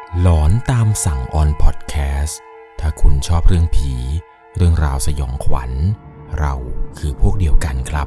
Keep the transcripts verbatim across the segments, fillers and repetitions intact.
หลอนตามสั่งออนพอดแคสต์ถ้าคุณชอบเรื่องผีเรื่องราวสยองขวัญเราคือพวกเดียวกันครับ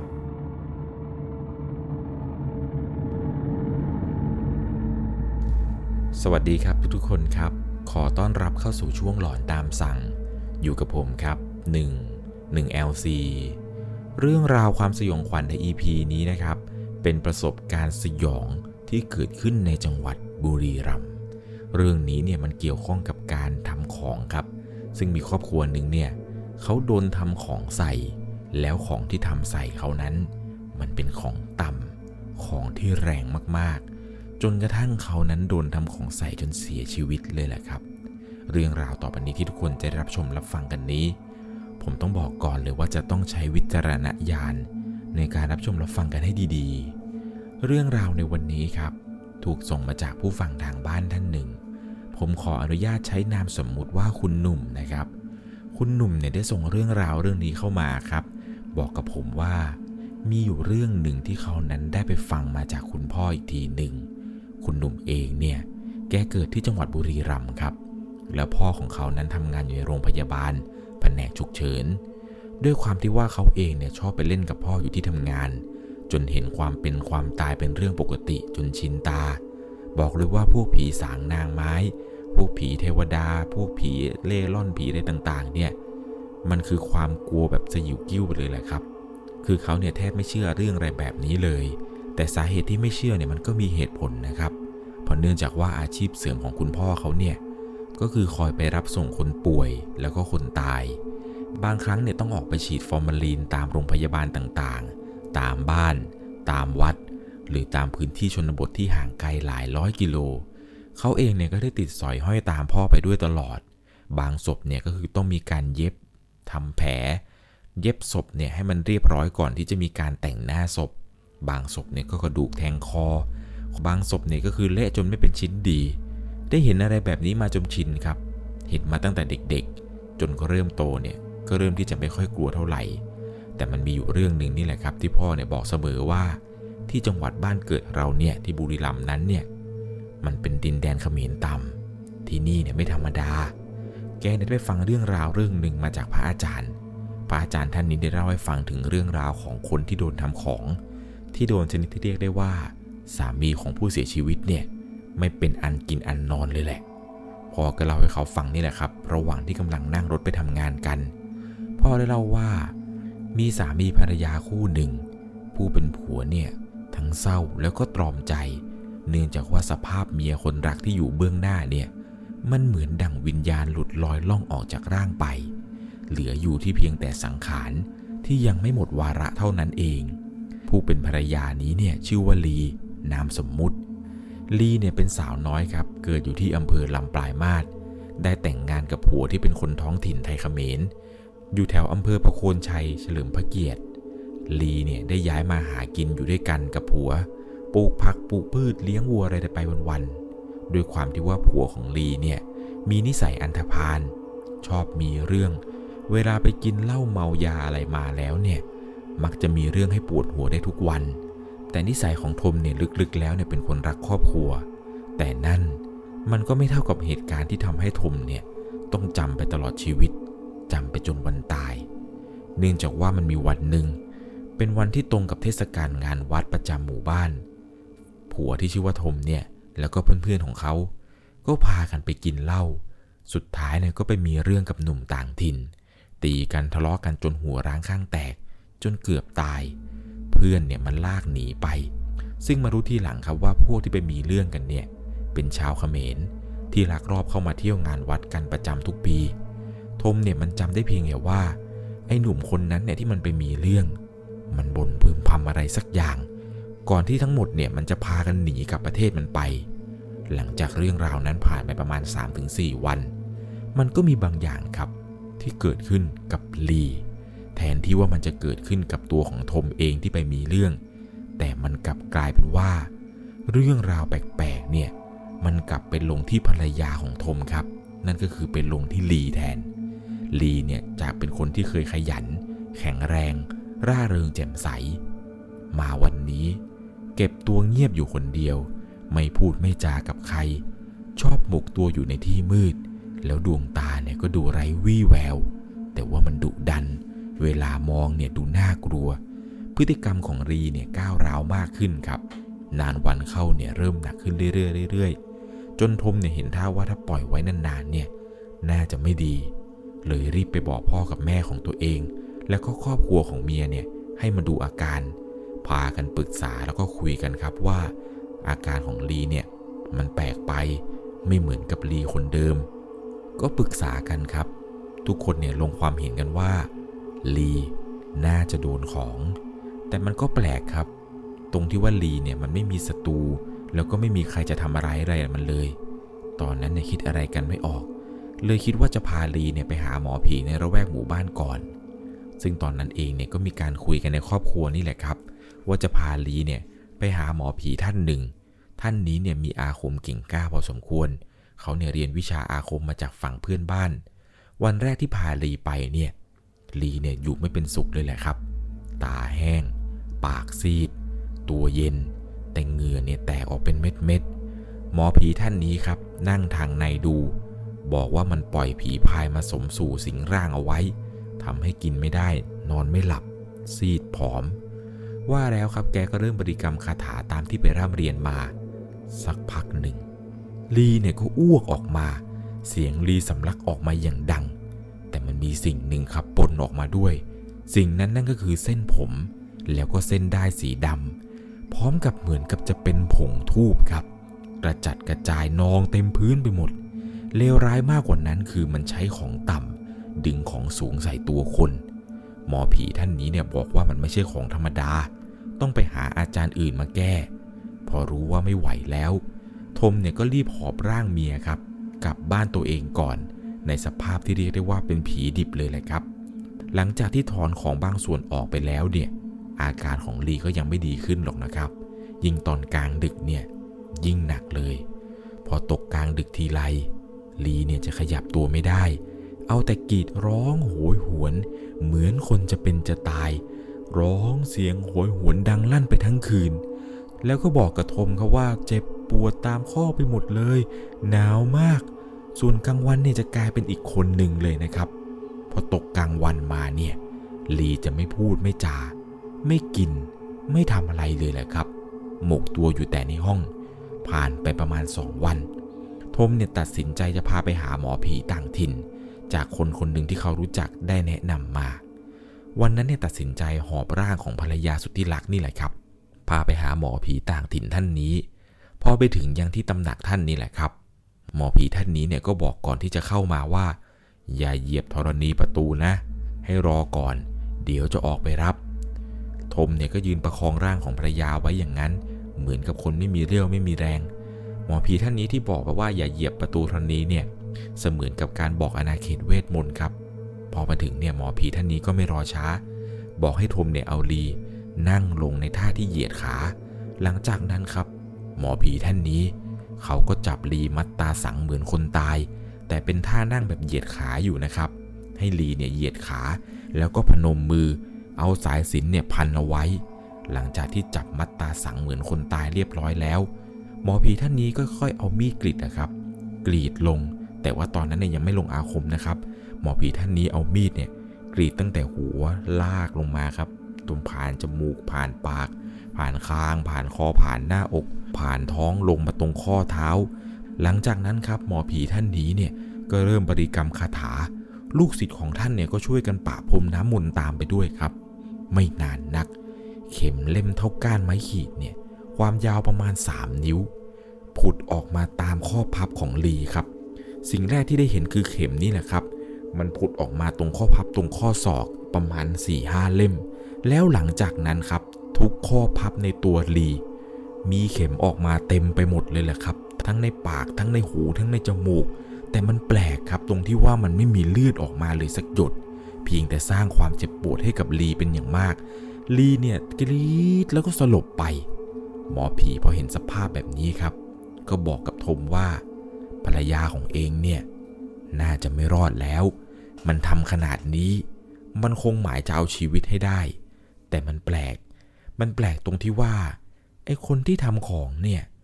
สวัสดีครับทุกๆคนครับขอต้อนรับเข้าสู่ช่วงหลอนตามสั่งอยู่กับผมครับหนึ่ง หนึ่ง แอล ซี เรื่องราวความสยองขวัญใน อี พี นี้นะครับเป็นประสบการณ์สยองที่เกิดขึ้นในจังหวัดบุรีรัมย์เรื่องนี้เนี่ยมันเกี่ยวข้องกับการทำของครับซึ่งมีครอบครัวหนึ่งเนี่ยเขาโดนทำของใส่แล้วของที่ทำใส่เขานั้นมันเป็นของต่ำของที่แรงมากๆจนกระทั่งเขานั้นโดนทำของใส่จนเสียชีวิตเลยแหละครับเรื่องราวต่อไปนี้ที่ทุกคนจะได้รับชมรับฟังกันนี้ผมต้องบอกก่อนเลยว่าจะต้องใช้วิจารณญาณในการรับชมรับฟังกันให้ดีๆเรื่องราวในวันนี้ครับถูกส่งมาจากผู้ฟังทางบ้านท่านหนึ่งผมขออนุญาตใช้นามสมมุติว่าคุณหนุ่มนะครับคุณหนุ่มเนี่ยได้ส่งเรื่องราวเรื่องนี้เข้ามาครับบอกกับผมว่ามีอยู่เรื่องหนึ่งที่เขานั้นได้ไปฟังมาจากคุณพ่ออีกทีหนึ่งคุณหนุ่มเองเนี่ยแกเกิดที่จังหวัดบุรีรัมย์ครับแล้วพ่อของเขานั้นทำงานอยู่ในโรงพยาบาลแผนกฉุกเฉินด้วยความที่ว่าเขาเองเนี่ยชอบไปเล่นกับพ่ออยู่ที่ทำงานจนเห็นความเป็นความตายเป็นเรื่องปกติจนชินตาบอกเลยว่าพวกผีสางนางไม้พวกผีเทวดาพวกผีเล่ร่อนผีอะไรต่างๆเนี่ยมันคือความกลัวแบบสยิวกิ้วไปเลยแหละครับคือเขาเนี่ยแทบไม่เชื่อเรื่องอะไรแบบนี้เลยแต่สาเหตุที่ไม่เชื่อเนี่ยมันก็มีเหตุผลนะครับเพราะเนื่องจากว่าอาชีพเสริมของคุณพ่อเขาเนี่ยก็คือคอยไปรับส่งคนป่วยแล้วก็คนตายบางครั้งเนี่ยต้องออกไปฉีดฟอร์มาลีนตามโรงพยาบาลต่างๆตามบ้านตามวัดหรือตามพื้นที่ชนบทที่ห่างไกลหลายร้อยกิโลเขาเองเนี่ยก็ได้ติดสอยห้อยตามพ่อไปด้วยตลอดบางศพเนี่ยก็คือต้องมีการเย็บทำแผลเย็บศพเนี่ยให้มันเรียบร้อยก่อนที่จะมีการแต่งหน้าศพบางศพเนี่ยก็กระดูกแทงคอบางศพเนี่ยก็คือเละจนไม่เป็นชิ้นดีได้เห็นอะไรแบบนี้มาจนชินครับเห็นมาตั้งแต่เด็กๆจนก็เริ่มโตเนี่ยก็เริ่มที่จะไม่ค่อยกลัวเท่าไหร่แต่มันมีอยู่เรื่องหนึ่งนี่แหละครับที่พ่อเนี่ยบอกเสมอว่าที่จังหวัดบ้านเกิดเราเนี่ยที่บุรีรัมย์นั้นเนี่ยมันเป็นดินแดนเขมรต่ำที่นี่เนี่ยไม่ธรรมดาแกได้ไปฟังเรื่องราวเรื่องหนึ่งมาจากพระอาจารย์พระอาจารย์ท่านนี้ได้เล่าให้ฟังถึงเรื่องราวของคนที่โดนทำของที่โดนชนิดที่เรียกได้ว่าสามีของผู้เสียชีวิตเนี่ยไม่เป็นอันกินอันนอนเลยแหละพ่อก็เล่าให้เขาฟังนี่แหละครับระหว่างที่กำลังนั่งรถไปทำงานกันพ่อได้เล่าว่ามีสามีภรรยาคู่หนึ่งผู้เป็นผัวเนี่ยทั้งเศร้าแล้วก็ตรอมใจเนื่องจากว่าสภาพเมียคนรักที่อยู่เบื้องหน้าเนี่ยมันเหมือนดั่งวิญญาณหลุดลอยล่องออกจากร่างไปเหลืออยู่ที่เพียงแต่สังขารที่ยังไม่หมดวาระเท่านั้นเองผู้เป็นภรรยานี้เนี่ยชื่อว่าลีนามสมมุติลีเนี่ยเป็นสาวน้อยครับเกิดอยู่ที่อำเภอลำปลายมาศได้แต่งงานกับผัวที่เป็นคนท้องถิ่นไทยเขมรอยู่แถวอำเภอประโคนชัยเฉลิมพระเกียรติลีเนี่ยได้ย้ายมาหากินอยู่ด้วยกันกับผัวปลูกผักปลูกพืชเลี้ยงวัวอะไรไปวันๆด้วยความที่ว่าผัวของลีเนี่ยมีนิสัยอันธพาลชอบมีเรื่องเวลาไปกินเหล้าเมายาอะไรมาแล้วเนี่ยมักจะมีเรื่องให้ปวดหัวได้ทุกวันแต่นิสัยของทมเนี่ยลึกๆแล้วเนี่ยเป็นคนรักครอบครัวแต่นั่นมันก็ไม่เท่ากับเหตุการณ์ที่ทำให้ทมเนี่ยต้องจำไปตลอดชีวิตจำไปจนวันตายเนื่องจากว่ามันมีวันหนึ่งเป็นวันที่ตรงกับเทศกาลงานวัดประจำหมู่บ้านผัวที่ชื่อว่าทมเนี่ยแล้วก็เพื่อนๆของเขาก็พากันไปกินเหล้าสุดท้ายเนี่ยก็ไปมีเรื่องกับหนุ่มต่างถิ่นตีกันทะเลาะกันจนหัวร้างข้างแตกจนเกือบตายเพื่อนเนี่ยมันลากหนีไปซึ่งมารู้ทีหลังครับว่าพวกที่ไปมีเรื่องกันเนี่ยเป็นชาวเขมรที่ลักลอบเข้ามาเที่ยวงานวัดกันประจำทุกปีทมเนี่ยมันจำได้เพียงแค่ว่าไอ้หนุ่มคนนั้นเนี่ยที่มันไปมีเรื่องมันบ่นพึมพำอะไรสักอย่างก่อนที่ทั้งหมดเนี่ยมันจะพากันหนีกลับประเทศมันไปหลังจากเรื่องราวนั้นผ่านไปประมาณ สามถึงสี่ วันมันก็มีบางอย่างครับที่เกิดขึ้นกับลีแทนที่ว่ามันจะเกิดขึ้นกับตัวของทมเองที่ไปมีเรื่องแต่มันกลับกลายเป็นว่าเรื่องราวแปลกๆเนี่ยมันกลับไปลงที่ภรรยาของทมครับนั่นก็คือเป็นลงที่ลีแทนลีเนี่ยจากเป็นคนที่เคยขยันแข็งแรงร่าเริงแจ่มใสมาวันนี้เก็บตัวเงียบอยู่คนเดียวไม่พูดไม่จากับใครชอบหมกตัวอยู่ในที่มืดแล้วดวงตาเนี่ยก็ดูไร้วี่แววแต่ว่ามันดุดันเวลามองเนี่ยดูน่ากลัวพฤติกรรมของรีเนี่ยก้าวร้าวมากขึ้นครับนานวันเข้าเนี่ยเริ่มหนักขึ้นเรื่อยๆเรื่อยๆจนทมเนี่ยเห็นท่าว่าถ้าปล่อยไว้นานๆเนี่ยน่าจะไม่ดีเลยรีบไปบอกพ่อกับแม่ของตัวเองแล้วก็ครอบครัวของเมียเนี่ยให้มาดูอาการพากันปรึกษาแล้วก็คุยกันครับว่าอาการของลีเนี่ยมันแปลกไปไม่เหมือนกับลีคนเดิมก็ปรึกษากันครับทุกคนเนี่ยลงความเห็นกันว่าลีน่าจะโดนของแต่มันก็แปลกครับตรงที่ว่าลีเนี่ยมันไม่มีศัตรูแล้วก็ไม่มีใครจะทำอะไรอะไรมันเลยตอนนั้นเนี่ยคิดอะไรกันไม่ออกเลยคิดว่าจะพาลีเนี่ยไปหาหมอผีในระแวกหมู่บ้านก่อนซึ่งตอนนั้นเองเนี่ยก็มีการคุยกันในครอบครัวนี่แหละครับว่าจะพาลีเนี่ยไปหาหมอผีท่านหนึ่งท่านนี้เนี่ยมีอาคมเก่งกล้าพอสมควรเขาเนี่ยเรียนวิชาอาคมมาจากฝั่งเพื่อนบ้านวันแรกที่พาลีไปเนี่ยลีเนี่ยอยู่ไม่เป็นสุขเลยแหละครับตาแห้งปากซีดตัวเย็นแต่เหงื่อเนี่ยแตกออกเป็นเม็ดๆหมอผีท่านนี้ครับนั่งทางในดูบอกว่ามันปล่อยผีพายมาสมสู่สิงร่างเอาไว้ทำให้กินไม่ได้นอนไม่หลับซีดผอมว่าแล้วครับแกก็เริ่มบริกรรมคาถาตามที่ไปร่ำเรียนมาสักพักหนึ่งลีเนี่ยก็อ้วกออกมาเสียงลีสำลักออกมาอย่างดังแต่มันมีสิ่งหนึ่งครับปนออกมาด้วยสิ่งนั้นนั่นก็คือเส้นผมแล้วก็เส้นด้ายสีดำพร้อมกับเหมือนกับจะเป็นผงธูปครับกระจัดกระจายนองเต็มพื้นไปหมดเลวร้ายมากกว่านั้นคือมันใช้ของต่ำดึงของสูงใส่ตัวคนหมอผีท่านนี้เนี่ยบอกว่ามันไม่ใช่ของธรรมดาต้องไปหาอาจารย์อื่นมาแก้พอรู้ว่าไม่ไหวแล้วทมเนี่ยก็รีบหอบร่างเมียครับกลับบ้านตัวเองก่อนในสภาพที่เรียกได้ว่าเป็นผีดิบเลยแหละครับหลังจากที่ถอนของบางส่วนออกไปแล้วเนี่ยอาการของลีก็ยังไม่ดีขึ้นหรอกนะครับยิ่งตอนกลางดึกเนี่ยยิ่งหนักเลยพอตกกลางดึกทีไรลีเนี่ยจะขยับตัวไม่ได้เอาแต่กรีดร้องโหยหวนเหมือนคนจะเป็นจะตายร้องเสียงโหยหวนดังลั่นไปทั้งคืนแล้วก็บอกกับทมเขาว่าเจ็บปวดตามข้อไปหมดเลยหนาวมากส่วนกลางวันเนี่ยจะกลายเป็นอีกคนหนึ่งเลยนะครับพอตกกลางวันมาเนี่ยลีจะไม่พูดไม่จาไม่กินไม่ทำอะไรเลยแหละครับหมกตัวอยู่แต่ในห้องผ่านไปประมาณสองวันทมเนี่ยตัดสินใจจะพาไปหาหมอผีต่างถิ่นจากคนคนหนึ่งที่เขารู้จักได้แนะนำมาวันนั้นเนี่ยตัดสินใจหอบร่างของภรรยาสุดที่รักนี่แหละครับพาไปหาหมอผีต่างถิ่นท่านนี้พอไปถึงยังที่ตำหนักท่านนี่แหละครับหมอผีท่านนี้เนี่ยก็บอกก่อนที่จะเข้ามาว่าอย่าเหยียบธรณีประตูนะให้รอก่อนเดี๋ยวจะออกไปรับทมเนี่ยก็ยืนประคองร่างของภรรยาไว้อย่างนั้นเหมือนกับคนไม่มีเรี่ยวไม่มีแรงหมอผีท่านนี้ที่บอกว่าอย่าเหยียบประตูธรณีเนี่ยเสมือนกับการบอกอาณาเขตเวทมนต์ครับพอมาถึงเนี่ยหมอผีท่านนี้ก็ไม่รอช้าบอกให้ทมเนี่ยเอาลีนั่งลงในท่าที่เหยียดขาหลังจากนั้นครับหมอผีท่านนี้เขาก็จับลีมัดตาสังเหมือนคนตายแต่เป็นท่านั่งแบบเหยียดขาอยู่นะครับให้ลีเนี่ยเหยียดขาแล้วก็พนมมือเอาสายสิญจน์เนี่ยพันเอาไว้หลังจากที่จับมัดตาสังเหมือนคนตายเรียบร้อยแล้วหมอผีท่านนี้ก็ค่อยเอามีดกรีดนะครับกรีดลงแต่ว่าตอนนั้นเนี่ยยังไม่ลงอาคมนะครับหมอผีท่านนี้เอามีดเนี่ยกรีดตั้งแต่หัวลากลงมาครับตรงผ่านจมูกผ่านปากผ่านคางผ่านคอผ่านหน้าอกผ่านท้องลงมาตรงข้อเท้าหลังจากนั้นครับหมอผีท่านนี้เนี่ยก็เริ่มบริกรรมคาถาลูกศิษย์ของท่านเนี่ยก็ช่วยกันปะพรมน้ำมนต์ตามไปด้วยครับไม่นานนักเข็มเล่มเท่าก้านไม้ขีดเนี่ยความยาวประมาณสามนิ้วผุดออกมาตามข้อพับของลีครับสิ่งแรกที่ได้เห็นคือเข็มนี่แหละครับมันผุดออกมาตรงข้อพับตรงข้อศอกประมาณ สี่ห้า เล่มแล้วหลังจากนั้นครับทุกข้อพับในตัวลีมีเข็มออกมาเต็มไปหมดเลยแหละครับทั้งในปากทั้งในหูทั้งในจมูกแต่มันแปลกครับตรงที่ว่ามันไม่มีเลือดออกมาเลยสักหยดเพียงแต่สร้างความเจ็บปวดให้กับลีเป็นอย่างมากลีเนี่ยกรี๊ดแล้วก็สลบไปหมอผีพอเห็นสภาพแบบนี้ครับก็บอกกับทมว่าภรรยาของเองเนี่ยน่าจะไม่รอดแล้วมันทำขนาดนี้มันคงหมายจะเอาชีวิตให้ได้แต่มันแปลกมันแปลกตรงที่ว่าไอ้คนที่ทำของเนี่ย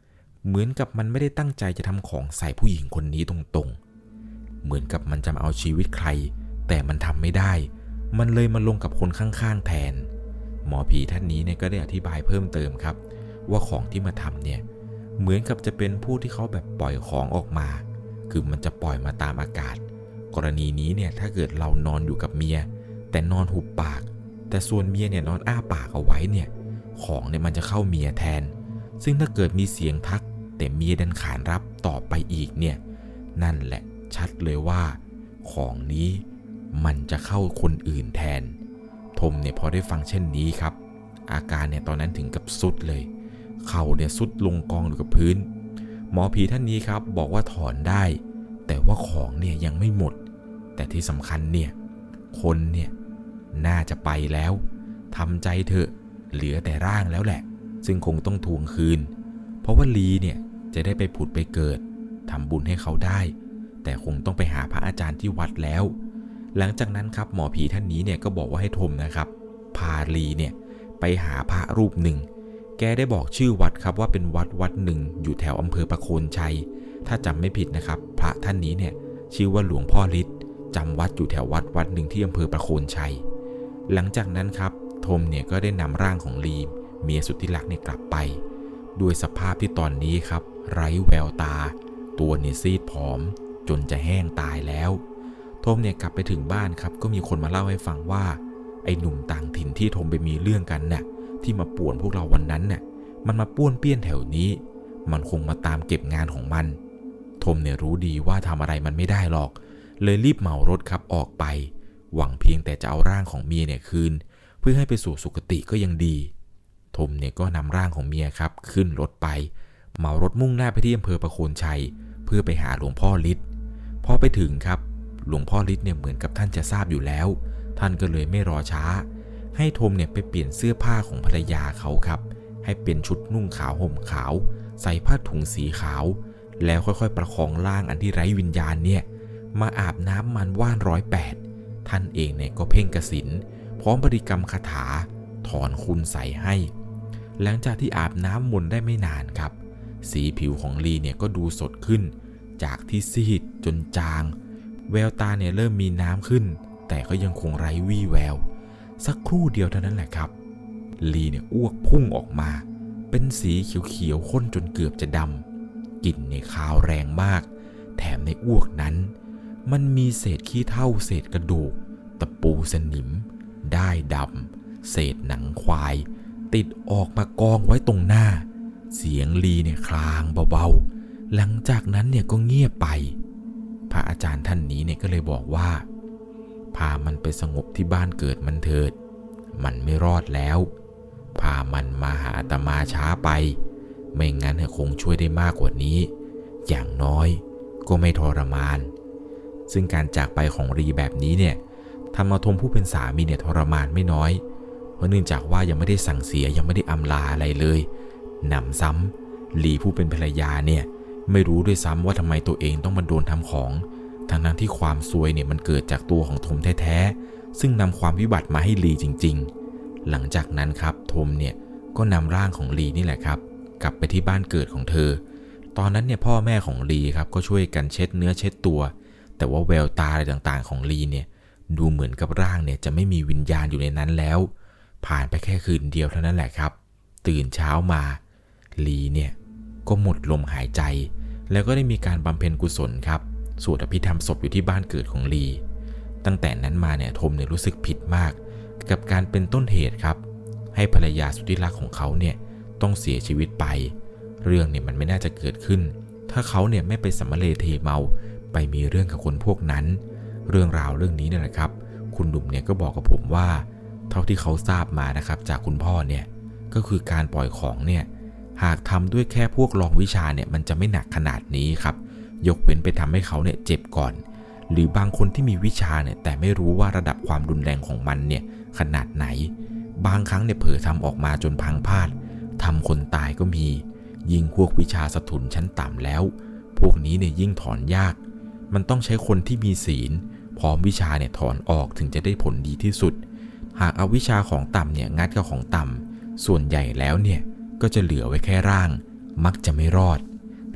เหมือนกับมันไม่ได้ตั้งใจจะทำของใส่ผู้หญิงคนนี้ตรงๆเหมือนกับมันจะมาเอาชีวิตใครแต่มันทำไม่ได้มันเลยมาลงกับคนข้างๆแทนหมอผีท่านนี้เนี่ยก็ได้อธิบายเพิ่มเติมครับว่าของที่มาทำเนี่ยเหมือนกับจะเป็นผู้ที่เขาแบบปล่อยของออกมาคือมันจะปล่อยมาตามอากาศกรณีนี้เนี่ยถ้าเกิดเรานอนอยู่กับเมียแต่นอนหุบปากแต่ส่วนเมียเนี่ยนอนอ้าปากเอาไว้เนี่ยของเนี่ยมันจะเข้าเมียแทนซึ่งถ้าเกิดมีเสียงทักแต่เมียดันขานรับต่อไปอีกเนี่ยนั่นแหละชัดเลยว่าของนี้มันจะเข้าคนอื่นแทนทมเนี่ยพอได้ฟังเช่นนี้ครับอาการเนี่ยตอนนั้นถึงกับสุดเลยเข่าเนี่ยสุดลงกองอยู่กับพื้นหมอผีท่านนี้ครับบอกว่าถอนได้แต่ว่าของเนี่ยยังไม่หมดแต่ที่สำคัญเนี่ยคนเนี่ยน่าจะไปแล้วทำใจเถอะเหลือแต่ร่างแล้วแหละซึ่งคงต้องทวงคืนเพราะว่าลีเนี่ยจะได้ไปผุดไปเกิดทำบุญให้เขาได้แต่คงต้องไปหาพระอาจารย์ที่วัดแล้วหลังจากนั้นครับหมอผีท่านนี้เนี่ยก็บอกว่าให้ทมนะครับพาลีเนี่ยไปหาพระรูปหนึ่งแกได้บอกชื่อวัดครับว่าเป็นวัดวัดหนึ่งอยู่แถวอำเภอประโคนชัยถ้าจำไม่ผิดนะครับพระท่านนี้เนี่ยชื่อว่าหลวงพ่อฤทธิ์จำวัดอยู่แถววัดวัดหนึ่งที่อำเภอประโคนชัยหลังจากนั้นครับทมเนี่ยก็ได้นำร่างของลีเมียสุดที่รักเนี่ยกลับไปด้วยสภาพที่ตอนนี้ครับไร้แววตาตัวเนี่ยซีดผอมจนจะแห้งตายแล้วทมเนี่ยกลับไปถึงบ้านครับก็มีคนมาเล่าให้ฟังว่าไอ้หนุ่มต่างถิ่นที่ทมไปมีเรื่องกันน่ะที่มาป่วนพวกเราวันนั้นน่ะมันมาป้วนเปี้ยนแถวนี้มันคงมาตามเก็บงานของมันทมเนี่ยรู้ดีว่าทำอะไรมันไม่ได้หรอกเลยรีบเหมารถครับออกไปหวังเพียงแต่จะเอาร่างของเมียเนี่ยคืนเพื่อให้ไปสู่สุคติก็ยังดีทมเนี่ยก็นำร่างของเมียครับขึ้นรถไปเหมารถมุ่งหน้าไปที่อำเภอประโคนชัยเพื่อไปหาหลวงพ่อฤทธิ์พอไปถึงครับหลวงพ่อฤทธิ์เนี่ยเหมือนกับท่านจะทราบอยู่แล้วท่านก็เลยไม่รอช้าให้ทมเนี่ยไปเปลี่ยนเสื้อผ้าของภรรยาเขาครับให้เป็นชุดนุ่งขาวห่มขาวใส่ผ้าถุงสีขาวแล้วค่อยๆประคองร่างอันที่ไร้วิญญาณเนี่ยมาอาบน้ำมันว่านร้อยแปดท่านเองเนี่ยก็เพ่งกสิณพร้อมบริกรรมคาถาถอนคุณใส่ให้หลังจากที่อาบน้ำมนต์ได้ไม่นานครับสีผิวของลีเนี่ยก็ดูสดขึ้นจากที่ซีดจนจางแววตาเนี่ยเริ่มมีน้ำขึ้นแต่ก็ยังคงไร้วี่แววสักครู่เดียวเท่านั้นแหละครับลีเนี่ยอ้วกพุ่งออกมาเป็นสีเขียวๆข้นจนเกือบจะดำกลิ่นเนี่ยคาวแรงมากแถมในอ้วกนั้นมันมีเศษขี้เถ้าเศษกระดูกตะปูสนิมได้ดำเศษหนังควายติดออกมากองไว้ตรงหน้าเสียงลีเนี่ยคลางเบาๆหลังจากนั้นเนี่ยก็เงียบไปพระอาจารย์ท่านนี้เนี่ยก็เลยบอกว่าพามันไปสงบที่บ้านเกิดมันเถิดมันไม่รอดแล้วพามันมาหาอาตมาช้าไปไม่งั้นคงช่วยได้มากกว่านี้อย่างน้อยก็ไม่ทรมานซึ่งการจากไปของรีแบบนี้เนี่ยทำเอาทมผู้เป็นสามีเนี่ยทรมานไม่น้อยเพราะเนื่องจากว่ายังไม่ได้สั่งเสียยังไม่ได้อำลาอะไรเลยหนำซ้ำลีผู้เป็นภรรยาเนี่ยไม่รู้ด้วยซ้ำว่าทำไมตัวเองต้องมาโดนทำของทั้งนั้นที่ความซวยเนี่ยมันเกิดจากตัวของทมแท้ๆซึ่งนำความวิบัติมาให้ลีจริงๆหลังจากนั้นครับทมเนี่ยก็นำร่างของลีนี่แหละครับกลับไปที่บ้านเกิดของเธอตอนนั้นเนี่ยพ่อแม่ของลีครับก็ช่วยกันเช็ดเนื้อเช็ดตัวแต่ว่าแววตาอะไรต่างๆของลีเนี่ยดูเหมือนกับร่างเนี่ยจะไม่มีวิญญาณอยู่ในนั้นแล้วผ่านไปแค่คืนเดียวเท่านั้นแหละครับตื่นเช้ามาลีเนี่ยก็หมดลมหายใจแล้วก็ได้มีการบำเพ็ญกุศลครับสวดอภิธรรมศพอยู่ที่บ้านเกิดของลีตั้งแต่นั้นมาเนี่ยทมเนี่ยรู้สึกผิดมากกับการเป็นต้นเหตุครับให้ภรรยาสุดที่รักของเขาเนี่ยต้องเสียชีวิตไปเรื่องเนี่ยมันไม่น่าจะเกิดขึ้นถ้าเขาเนี่ยไม่ไปสัมมาเลเทเมาไปมีเรื่องกับคนพวกนั้นเรื่องราวเรื่องนี้เนี่ยนะครับคุณหนุ่มเนี่ยก็บอกกับผมว่าเท่าที่เขาทราบมานะครับจากคุณพ่อเนี่ยก็คือการปล่อยของเนี่ยหากทำด้วยแค่พวกลองวิชาเนี่ยมันจะไม่หนักขนาดนี้ครับยกเว้นไปทำให้เขาเนี่ยเจ็บก่อนหรือบางคนที่มีวิชาเนี่ยแต่ไม่รู้ว่าระดับความรุนแรงของมันเนี่ยขนาดไหนบางครั้งเนี่ยเผลอทำออกมาจนพังพลาดทำคนตายก็มียิ่งพวกวิชาสถุนชั้นต่ำแล้วพวกนี้เนี่ยยิ่งถอนยากมันต้องใช้คนที่มีศีลพร้อมวิชาเนี่ยถอนออกถึงจะได้ผลดีที่สุดหากเอาวิชาของต่ำเนี่ยงัดกับของต่ำส่วนใหญ่แล้วเนี่ยก็จะเหลือไว้แค่ร่างมักจะไม่รอด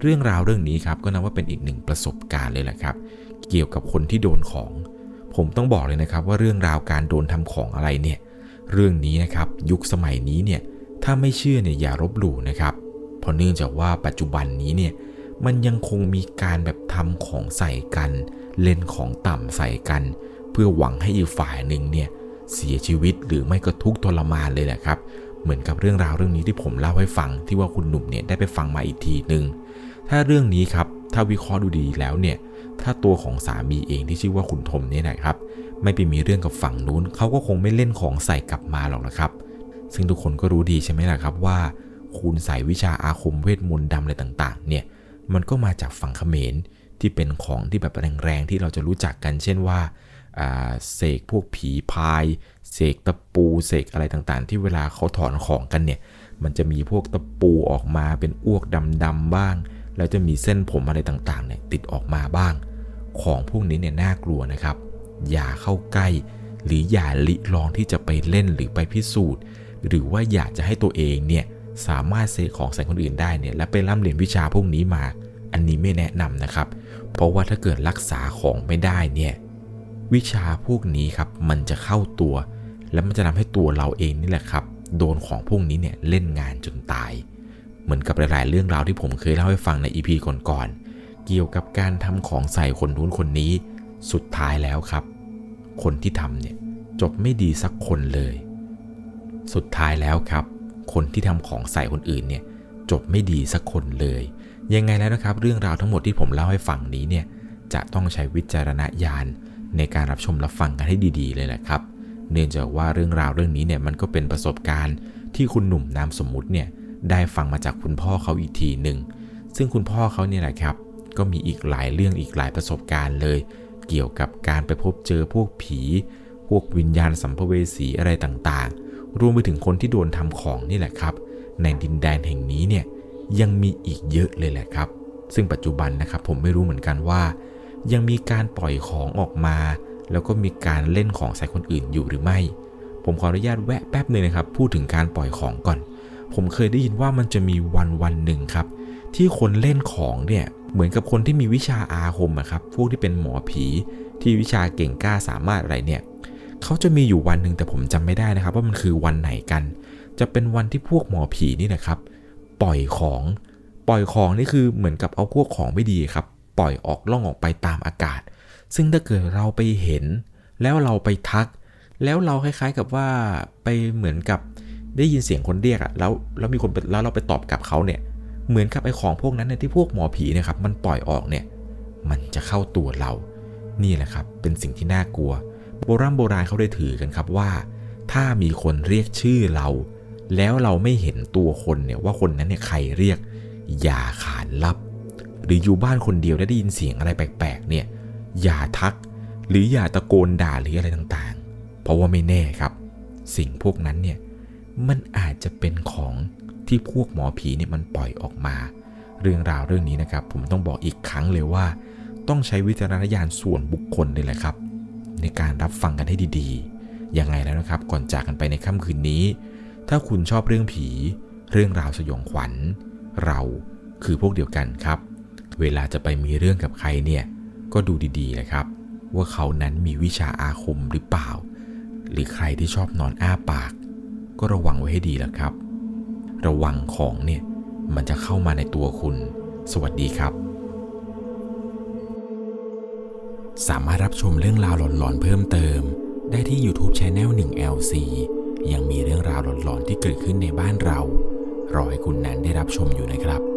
เรื่องราวเรื่องนี้ครับก็นับว่าเป็นอีกหนึ่งประสบการณ์เลยแหละครับเกี่ยวกับคนที่โดนของผมต้องบอกเลยนะครับว่าเรื่องราวการโดนทำของอะไรเนี่ยเรื่องนี้นะครับยุคสมัยนี้เนี่ยถ้าไม่เชื่อเนี่ยอย่ารบหลู่นะครับเพราะเนื่องจากว่าปัจจุบันนี้เนี่ยมันยังคงมีการแบบทำของใส่กันเล่นของต่ำใส่กันเพื่อหวังให้อีกฝ่ายหนึ่งเนี่ยเสียชีวิตหรือไม่ก็ทุกข์ทรมานเลยแหละครับเหมือนกับเรื่องราวเรื่องนี้ที่ผมเล่าให้ฟังที่ว่าคุณหนุ่มเนี่ยได้ไปฟังมาอีกทีนึงถ้าเรื่องนี้ครับถ้าวิเคราะห์ดูดีแล้วเนี่ยถ้าตัวของสามีเองที่ชื่อว่าคุณทมเนี่ยนะครับไม่ไปมีเรื่องกับฝั่งนู้นเขาก็คงไม่เล่นของใส่กลับมาหรอกนะครับซึ่งทุกคนก็รู้ดีใช่ไหมล่ะครับว่าคุณใส่วิชาอาคมเวทมนต์ดำอะไรต่างๆเนี่ยมันก็มาจากฝั่งเขมรที่เป็นของที่แบบแรงๆที่เราจะรู้จักกันเช่นว่าเสกพวกผีพายเสกตะปูเสกอะไรต่างๆที่เวลาเขาถอนของกันเนี่ยมันจะมีพวกตะปูออกมาเป็นอ้วกดำๆบ้างแล้วจะมีเส้นผมอะไรต่างๆเนี่ยติดออกมาบ้างของพวกนี้เนี่ยน่ากลัวนะครับอย่าเข้าใกล้หรืออย่าลิลองที่จะไปเล่นหรือไปพิสูจน์หรือว่าอยากจะให้ตัวเองเนี่ยสามารถเสกของใส่คนอื่นได้เนี่ยและไปร่ำเรียนวิชาพวกนี้มาอันนี้ไม่แนะนำนะครับเพราะว่าถ้าเกิดรักษาของไม่ได้เนี่ยวิชาพวกนี้ครับมันจะเข้าตัวแล้วมันจะทำให้ตัวเราเองนี่แหละครับโดนของพวกนี้เนี่ยเล่นงานจนตายเหมือนกับหลายๆเรื่องราวที่ผมเคยเล่าให้ฟังใน อี พี ก่อนๆเกี่ยวกับการทำของใส่คนนู้นคนนี้สุดท้ายแล้วครับคนที่ทำเนี่ยจบไม่ดีสักคนเลยสุดท้ายแล้วครับคนที่ทำของใส่คนอื่นเนี่ยจบไม่ดีสักคนเลยยังไงแล้วนะครับเรื่องราวทั้งหมดที่ผมเล่าให้ฟังนี้เนี่ยจะต้องใช้วิจารณญาณในการรับชมรับฟังกันให้ดีๆเลยแหละครับเนื่องจากว่าเรื่องราวเรื่องนี้เนี่ยมันก็เป็นประสบการณ์ที่คุณหนุ่มนามสมมุติเนี่ยได้ฟังมาจากคุณพ่อเขาอีกทีหนึ่งซึ่งคุณพ่อเขาเนี่ยแหละครับก็มีอีกหลายเรื่องอีกหลายประสบการณ์เลยเกี่ยวกับการไปพบเจอพวกผีพวกวิญญาณสัมภเวสีอะไรต่างๆรวมไปถึงคนที่โดนทำของนี่แหละครับในดินแดนแห่งนี้เนี่ยยังมีอีกเยอะเลยแหละครับซึ่งปัจจุบันนะครับผมไม่รู้เหมือนกันว่ายังมีการปล่อยของออกมาแล้วก็มีการเล่นของใส่คนอื่นอยู่หรือไม่ผมขออนุญาตแวะแป๊บนึงนะครับพูดถึงการปล่อยของก่อนผมเคยได้ยินว่ามันจะมีวันวันหนึ่งครับที่คนเล่นของเนี่ยเหมือนกับคนที่มีวิชาอาคมอะครับพวกที่เป็นหมอผีที่วิชาเก่งกล้าสามารถอะไรเนี่ยเขาจะมีอยู่วันหนึ่งแต่ผมจำไม่ได้นะครับว่ามันคือวันไหนกันจะเป็นวันที่พวกหมอผีนี่นะครับปล่อยของปล่อยของนี่คือเหมือนกับเอาพวกของไม่ดีครับปล่อยออกล่องออกไปตามอากาศซึ่งถ้าเกิดเราไปเห็นแล้วเราไปทักแล้วเราคล้ายๆกับว่าไปเหมือนกับได้ยินเสียงคนเรียกอะแล้วแล้วมีคนแล้วเราไปตอบกลับเขาเนี่ยเหมือนกับไอ้ของพวกนั้นเนี่ยที่พวกหมอผีเนี่ยครับมันปล่อยออกเนี่ยมันจะเข้าตัวเรานี่แหละครับเป็นสิ่งที่น่ากลัวโบราณโบราณเขาได้ถือกันครับว่าถ้ามีคนเรียกชื่อเราแล้วเราไม่เห็นตัวคนเนี่ยว่าคนนั้นเนี่ยใครเรียกอย่าขานรับหรืออยู่บ้านคนเดียวได้ยินเสียงอะไรแปลกๆเนี่ยอย่าทักหรืออย่าตะโกนด่าหรืออะไรต่างๆเพราะว่าไม่แน่ครับสิ่งพวกนั้นเนี่ยมันอาจจะเป็นของที่พวกหมอผีเนี่ยมันปล่อยออกมาเรื่องราวเรื่องนี้นะครับผมต้องบอกอีกครั้งเลยว่าต้องใช้วิจารณญาณส่วนบุคคลเลยแหละครับในการรับฟังกันให้ดีๆยังไงแล้วนะครับก่อนจากกันไปในค่ำคืนนี้ถ้าคุณชอบเรื่องผีเรื่องราวสยองขวัญเราคือพวกเดียวกันครับเวลาจะไปมีเรื่องกับใครเนี่ยก็ดูดีๆนะครับว่าเขานั้นมีวิชาอาคมหรือเปล่าหรือใครที่ชอบนอนอ้าปากก็ระวังไว้ให้ดีแล้วครับระวังของเนี่ยมันจะเข้ามาในตัวคุณสวัสดีครับสามารถรับชมเรื่องราวหลอนๆเพิ่มเติมได้ที่ YouTube Channel หนึ่ง แอล ซี ยังมีเรื่องราวหลอนๆที่เกิดขึ้นในบ้านเรารอให้คุณนั้นได้รับชมอยู่นะครับ